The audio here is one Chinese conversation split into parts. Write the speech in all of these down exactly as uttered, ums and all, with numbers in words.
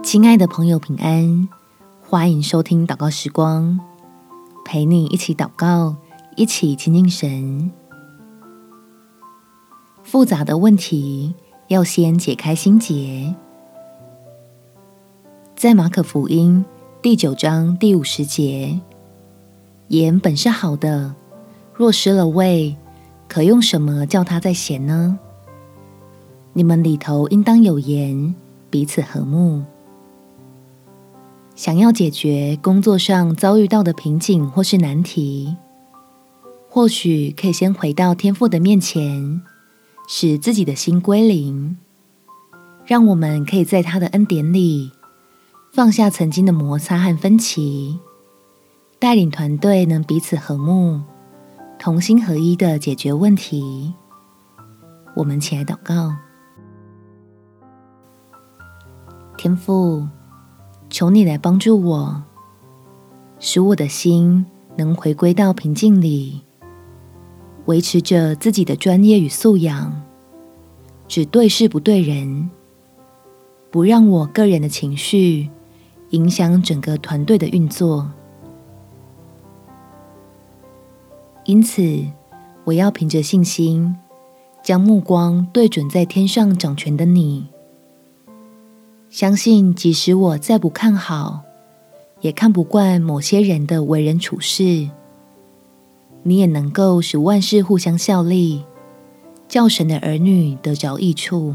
亲爱的朋友，平安，欢迎收听祷告时光，陪你一起祷告，一起亲近神。复杂的问题要先解开心结。在马可福音第九章第五十节，盐本是好的，若失了味，可用什么叫它再咸呢？你们里头应当有盐，彼此和睦。想要解决工作上遭遇到的瓶颈或是难题，或许可以先回到天父的面前，使自己的心归零，让我们可以在他的恩典里放下曾经的摩擦和分歧，带领团队能彼此和睦，同心合一地解决问题。我们起来祷告。天父，求你来帮助我，使我的心能回归到平静里，维持着自己的专业与素养，只对事不对人，不让我个人的情绪影响整个团队的运作。因此，我要凭着信心，将目光对准在天上掌权的你，相信即使我再不看好，也看不惯某些人的为人处事，你也能够使万事互相效力，叫神的儿女得着益处。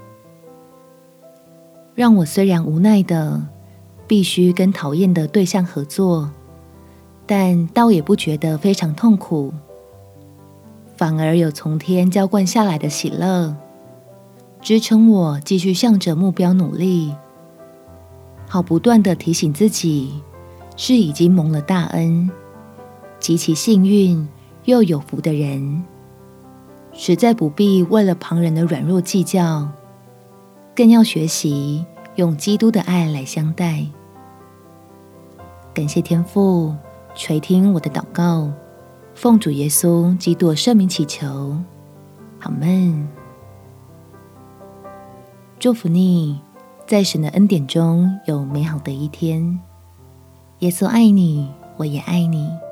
让我虽然无奈的必须跟讨厌的对象合作，但倒也不觉得非常痛苦，反而有从天浇灌下来的喜乐，支撑我继续向着目标努力，好不断地提醒自己是已经蒙了大恩，极其幸运又有福的人，实在不必为了旁人的软弱计较，更要学习用基督的爱来相待。感谢天父垂听我的祷告，奉主耶稣基督的圣名祈求，阿们。祝福你在神的恩典中有美好的一天。耶稣爱你，我也爱你。